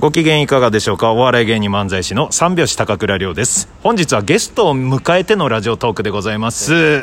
ご機嫌いかがでしょうか。お笑い芸人漫才師の三拍子高倉涼です。本日はゲストを迎えてのラジオトークでございます、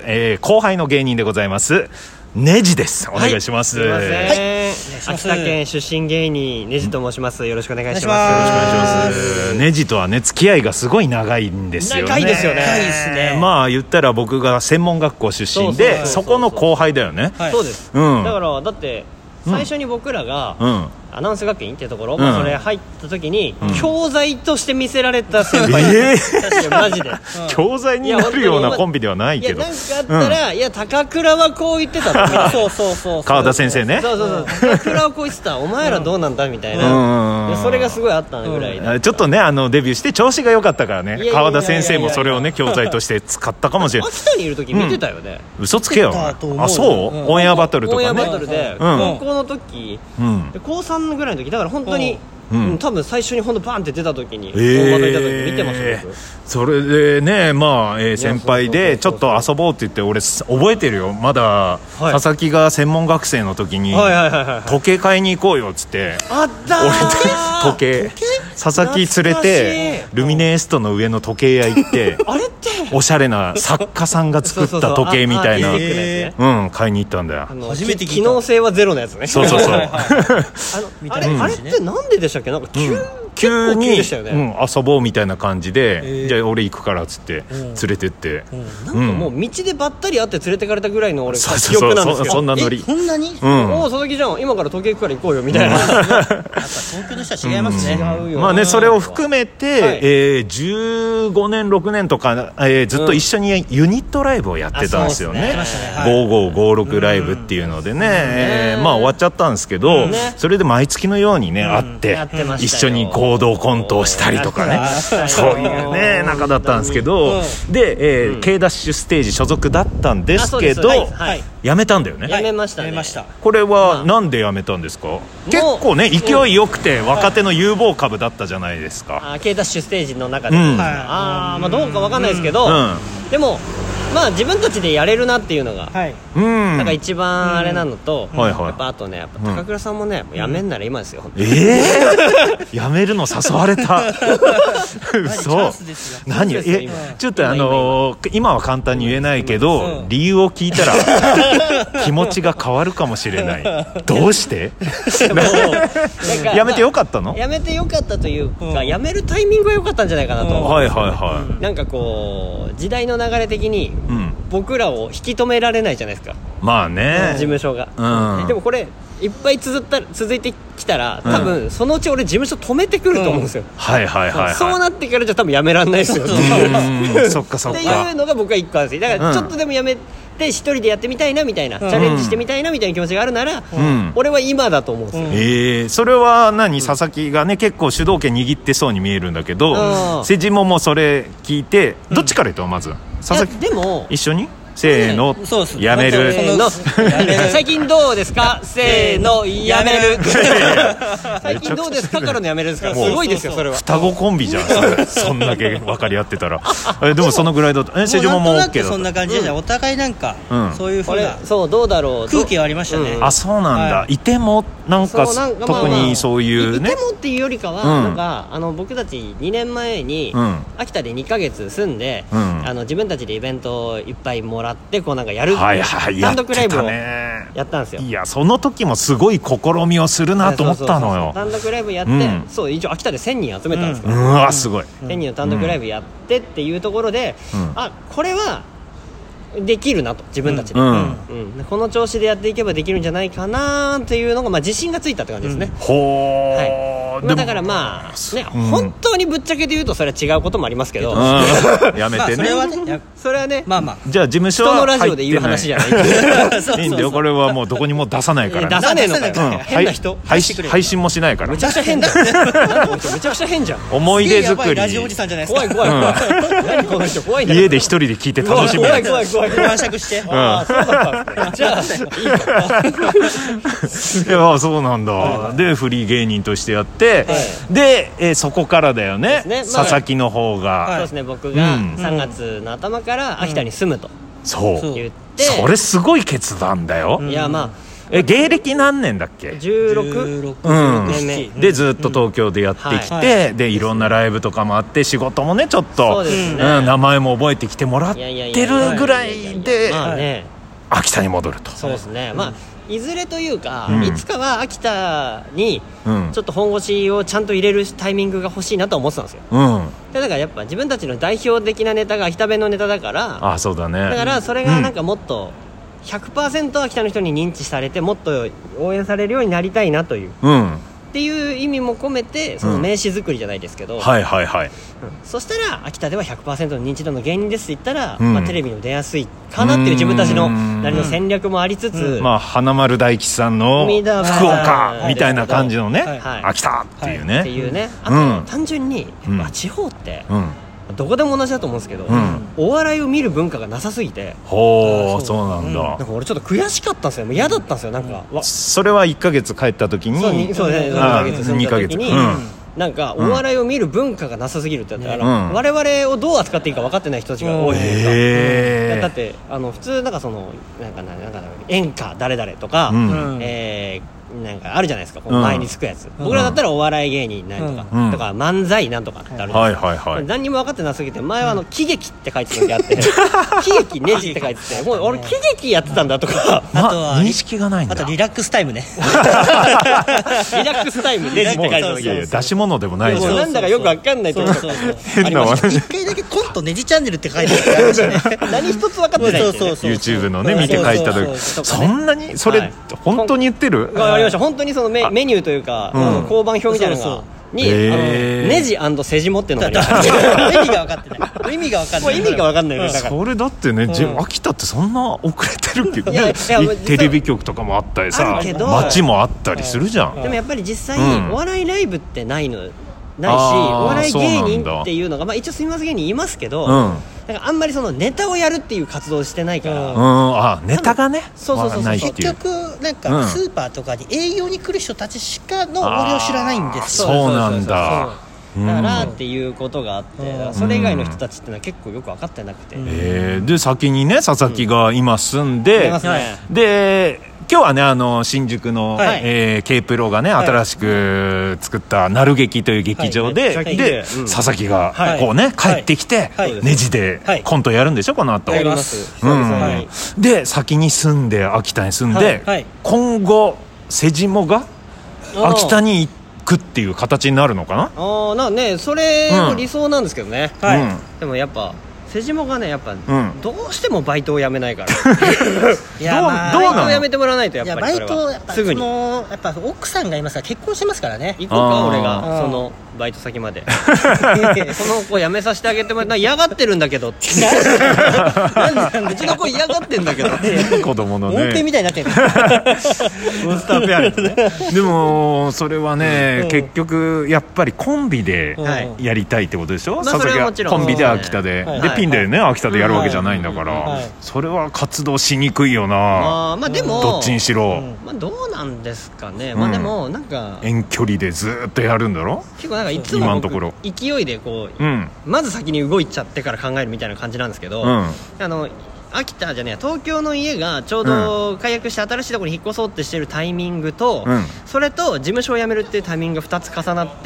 後輩の芸人でございますネジです。お願いします。 はい、すいません、秋田県出身芸人ネジと申します。よろしくお願いします。よろしくお願いします。 ネジとはね、付き合いがすごい長いんですよね。 長いですよね。 長いですね。 まあ言ったら僕が専門学校出身で、そこの後輩だよね。 そうです、 うん、 だからだって最初に僕らが、アナウンス学院っていうところ、それ入った時に、教材として見せられた先輩、確かにマジで、 教材になるようなコンビではないけど、 いやなんかあったら、いや高倉はこう言ってたとそう川田先生ね、 そう高倉はこう言ってた、お前らどうなんだみたいな、それがすごいあったぐらい、 ちょっとねデビューして調子が良かったからね、川田先生もそれをね教材として使ったかもしれない。 秋田にいる時見てたよね。 嘘つけよ。あ、そう、オンエアバトルとかね。 オンエアバトルで高校の時、高3ぐらいの時だから本当に、多分最初に本当バーンって出た時に、大バトル出た時見てました僕。それでね、まあ先輩でちょっと遊ぼうって言って、俺覚えてるよ。まだ佐々木が専門学生の時に時計買いに行こうよっつって、 あった俺時計佐々木連れてルミネエストの上の時計屋行ってあれっておしゃれな作家さんが作った時計みたいな、買いに行ったんだよ。 初めて機能性はゼロのやつね。 そうあれってなんででしたっけ。なんか急にでしたよね、 遊ぼうみたいな感じで、じゃあ俺行くからっつって連れてって、 なんかもう道でばったり会って連れてかれたぐらいの俺記憶なんですけど、 そんなノリ。 そんなに、 おお佐々木じゃん、今から時計行くから行こうよみたいな、やっぱ東京の人は違いますね。 違うよ。 まあね、それを含めて、15年6年とか、ずっと一緒にユニットライブをやってたんですよね。5556ライブっていうのでね、まあ終わっちゃったんですけど、それで毎月のようにね会って一緒に合同コントをしたりとかね、そういうね仲だったんですけど、で K ダッシュステージ所属だったんですけど、辞めたんだよね。 辞めましたね。 これはなんで辞めたんですか。結構ね勢いよくて若手の有望株だったじゃないですか。 K ダッシュステージの中で、まあどうかわかんないですけど、でもまあ自分たちでやれるなっていうのが、なんか一番あれなのと、やっぱあとね、やっぱ高倉さんもね、辞めんなら今ですよ。 辞めるの誘われた。嘘。何？ちょっと今は簡単に言えないけど、理由を聞いたら気持ちが変わるかもしれない。どうして？辞めてよかったの？ 辞めてよかったというか、辞めるタイミングが良かったんじゃないかなと。なんかこう時代の流れ的に僕らを引き止められないじゃないですか。 まあね。 事務所が。でもこれいっぱい続いてきたら、多分そのうち俺事務所止めてくると思うんですよ。そうなってからじゃ多分辞めらんないですよ。 そっかそっか。 っていうのが僕は一個あるんですよ。だからちょっとでも辞めて一人でやってみたいなみたいな、チャレンジしてみたいなみたいな気持ちがあるなら、俺は今だと思うんですよ。 それは佐々木がね結構主導権握ってそうに見えるんだけど、瀬島もそれ聞いてどっちから言ったのまず。佐々木でも一緒にせーの、やめる。 最近どうですか、せーの、やめる。最近どうですかからのやめるですから、すごいですよそれは。 双子コンビじゃん。そんだけ分かり合ってたら。でもそのぐらいだと、瀬島も OK だった。 そんな感じでお互いなんかそういう風などうだろう空気はありましたね。 あ、そうなんだ。いてもなんか特にそういうね。 いてもっていうよりかは、なんか僕たち2年前に秋田で2ヶ月住んで、自分たちでイベントをいっぱいもらってこうなんかやる単独ライブをやったんですよ。 いやその時もすごい試みをするなと思ったのよ。 単独ライブやって、そう一応秋田で1000人集めたんですけど、 うわすごい。 1000人の単独ライブやってっていうところで、あこれはできるなと自分たちで、この調子でやっていけばできるんじゃないかなっていうのが、自信がついたって感じですね。だからまあね、本当にぶっちゃけて言うとそれは違うこともありますけど、 やめてね。 それはね、 じゃあ事務所は人のラジオで言う話じゃない。 いいんだよこれはもうどこにも出さないから。 出さねえのかよ。変な人配信もしないから。 めちゃくちゃ変じゃん。めちゃくちゃ変じゃん。 思い出作り。 ラジオおじさんじゃないですか。 怖い。何この人怖いんだ。 家で一人で聞いて楽しむ。 怖い。 晩酌して。 そうだった。じゃあいいか。 いやそうなんだ。でフリー芸人としてやって、でそこからだよね。佐々木の方が。 そうですね。僕が3月の頭から秋田に住むと。 そう。 言って。 それすごい決断だよ。 いやまあ芸歴何年だっけ 16年目でずっと東京でやってきて、でいろんなライブとかもあって仕事もねちょっと、名前も覚えてきてもらってるぐらいで秋田に戻ると。 そうですね、いずれというか、いつかは秋田にちょっと本腰をちゃんと入れるタイミングが欲しいなと思ってたんですよ、でだからやっぱ自分たちの代表的なネタが秋田弁のネタだから、 そうだね、 だからそれがなんかもっと100% 秋田の人に認知されてもっと応援されるようになりたいなという、っていう意味も込めてその名刺作りじゃないですけど、そしたら秋田では 100% の認知度の芸人ですって言ったら、テレビにも出やすいかなっていう自分たちのなりの戦略もありつつ、 花丸大吉さんの福岡みたいな感じのね、秋田っていうね、 っていうね、あと単純にやっぱ地方ってどこでも同じだと思うんですけど、お笑いを見る文化がなさすぎて、 そうなんだ、 なんか俺ちょっと悔しかったんですよ、もう嫌だったんですよ、なんか、 それは1ヶ月帰った時に、 そうね、2ヶ月に、なんかお笑いを見る文化がなさすぎるってやったら、我々をどう扱っていいか分かってない人たちが多いというか、だって普通なんかそのなんか演歌誰々とか、なんかあるじゃないですか、こう前につくやつ、僕らだったらお笑い芸人なんとか、とか漫才なんとかってあるじゃないですか、何にも分かってなすぎて、前は喜劇って書いてた時あって喜劇ネジって書いてて、もう俺喜劇やってたんだとか、 あとは認識がないんだ。 あとリラックスタイムねリラックスタイムネジって書いてた時、 出し物でもないじゃん、 なんだかよく分かんないとこ変な話、 一回だけコントネジチャンネルって書いてありましたね何一つ分かってないって YouTube のね見て書いた時、そんなにそれ本当に言ってる？ ありました、本当にそのメニューというか交番表みたいなのがにネジ&セジモっていうのがありました意味が分かってない、意味が分かんない、 意味が分かんないね、だからそれだってね、秋田ってそんな遅れてるけどね、テレビ局とかもあったりさ、街もあったりするじゃん。 でもやっぱり実際お笑いライブってないし、お笑い芸人っていうのが一応すみません芸人いますけど、なんかあんまりそのネタをやるっていう活動をしてないから、 ネタがね、 結局なんかスーパーとかに営業に来る人たちしかの俺を知らないんですよ。 そうなんだ。 だからっていうことがあって、それ以外の人たちってのは結構よく分かってなくて、 で先にね佐々木が今住んで、で今日はね新宿の K プロがね新しく作ったなる劇という劇場で佐々木がこうね帰ってきてネジでコントやるんでしょ、この後。 やります。 で先に住んで秋田に住んで、今後セジモが秋田に行くっていう形になるのかな。 なんね、それも理想なんですけどね、でもやっぱセジモがね、やっぱどうしてもバイトを辞めないからいや、バイトを辞めてもらわないと、やっぱりそれはすぐにやっぱ奥さんがいますから、結婚してますからね。 行こうか、俺がそのバイト先までその子辞めさせてあげてもらって、嫌がってるんだけどってうちの子嫌がってんだけど子供のねモンペみたいになってるモンスターペアですねでもそれはね、結局やっぱりコンビでやりたいってことでしょ。佐々木はコンビで秋田で、でピンでね秋田でやるわけじゃないんだから、それは活動しにくいよな。 でもどっちにしろどうなんですかね。でもなんか遠距離でずっとやるんだろ。 結構なんかいつも僕勢いでこう、まず先に動いちゃってから考えるみたいな感じなんですけど、秋田じゃねえ東京の家がちょうど解約して新しいところに引っ越そうってしてるタイミングと、それと事務所を辞めるっていうタイミングが2つ重なって、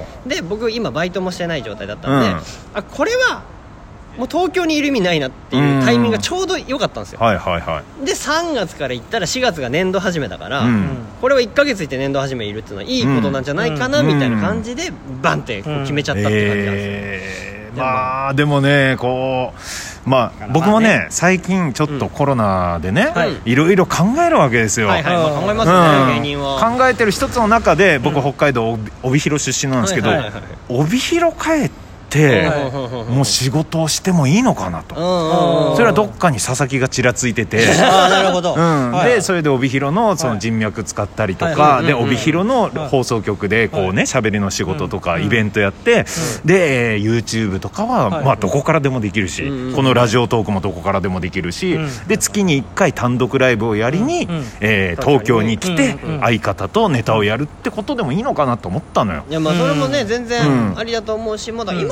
で僕今バイトもしてない状態だったんで、これはもう東京にいる意味ないなっていうタイミングがちょうど良かったんですよ。で3月から行ったら4月が年度始めだから、これは1ヶ月いて年度始めいるっていうのはいいことなんじゃないかなみたいな感じでバンって決めちゃったっていう感じなんですよ。 でもねこう僕もね最近ちょっとコロナでね、いろいろ考えるわけですよ。 考えますよね、芸人は。 考えてる一つの中で僕北海道帯広出身なんですけど、帯広帰ってもう仕事をしてもいいのかなと。それはどっかに佐々木がちらついててなるほど、 でそれで帯広のその人脈使ったりとかで、帯広の放送局でこうね喋りの仕事とかイベントやって、で YouTube とかはどこからでもできるし、このラジオトークもどこからでもできるし、で月に1回単独ライブをやりに東京に来て相方とネタをやるってことでもいいのかなと思ったのよ。 いやそれもね全然ありだと思うし、まだ今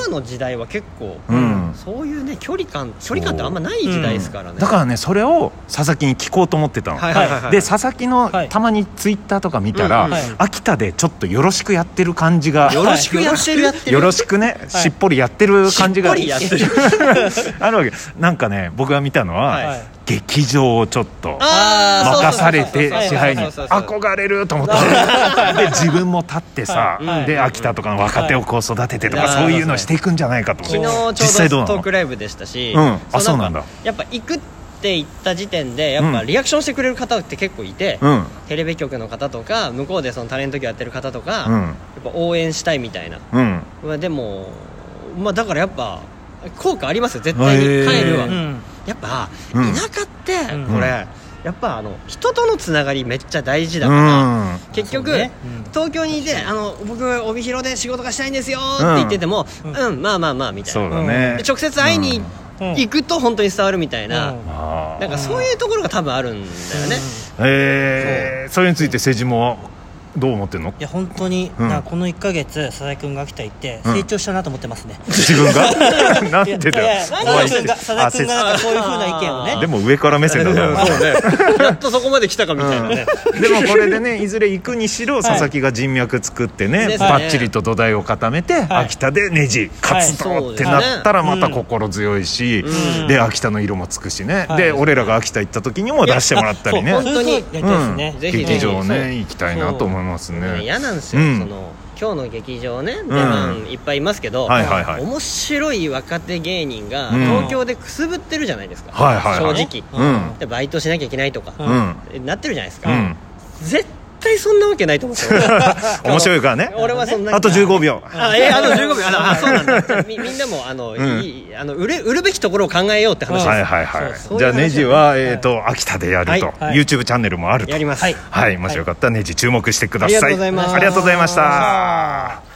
今の時代は結構、そういうね距離感ってあんまない時代ですからね。 だからねそれを佐々木に聞こうと思ってたの。で佐々木のたまにツイッターとか見たら、秋田でちょっとよろしくやってる感じが、 よろしくやってるよろしくね、しっぽりやってる感じがあるわけ。なんかね僕が見たのは、劇場をちょっと任されて支配に憧れると思って、で自分も立ってさ、で秋田とかの若手をこう育ててとか、そういうのしていくんじゃないかと思って。 昨日ちょうどトークライブでしたし、 そうなんだ。 やっぱ行くって言った時点でやっぱリアクションしてくれる方って結構いて、テレビ局の方とか向こうでそのタレント業やってる方とか、やっぱ応援したいみたいな、でもだからやっぱ効果ありますよ絶対に。帰るはやっぱ田舎ってこれやっぱ人とのつながりめっちゃ大事だから、結局東京にいて僕帯広で仕事がしたいんですよって言ってても、まあまあまあみたいな、直接会いに行くと本当に伝わるみたいな、なんかそういうところが多分あるんだよね。 それについて政治もどう思ってんの？ いや本当に、この1ヶ月佐々木君が秋田行って成長したなと思ってますね。 自分がなんでだよ。 佐々木君がなんかそういう風な意見をね。 でも上から目線だからやっとそこまで来たかみたいなね。 でもこれでねいずれ行くにしろ佐々木が人脈作ってね、バッチリと土台を固めて秋田でネジ活動ってなったらまた心強いし、で秋田の色もつくしね、で俺らが秋田行った時にも出してもらったりね、 本当に劇場ね行きたいなと思います。 嫌なんですよ、その今日の劇場ね出番いっぱいいますけど、面白い若手芸人が東京でくすぶってるじゃないですか、正直、でバイトしなきゃいけないとか、なってるじゃないですか、絶対そんなわけないと思うんですよ面白いからね。 俺はそんなあと15秒あと15秒そうなんだみんなも売るべきところを考えようって話です。 じゃあネジは秋田でやると YouTube チャンネルもあると。 やります。 もしよかったらネジ注目してください。 ありがとうございます。 ありがとうございました。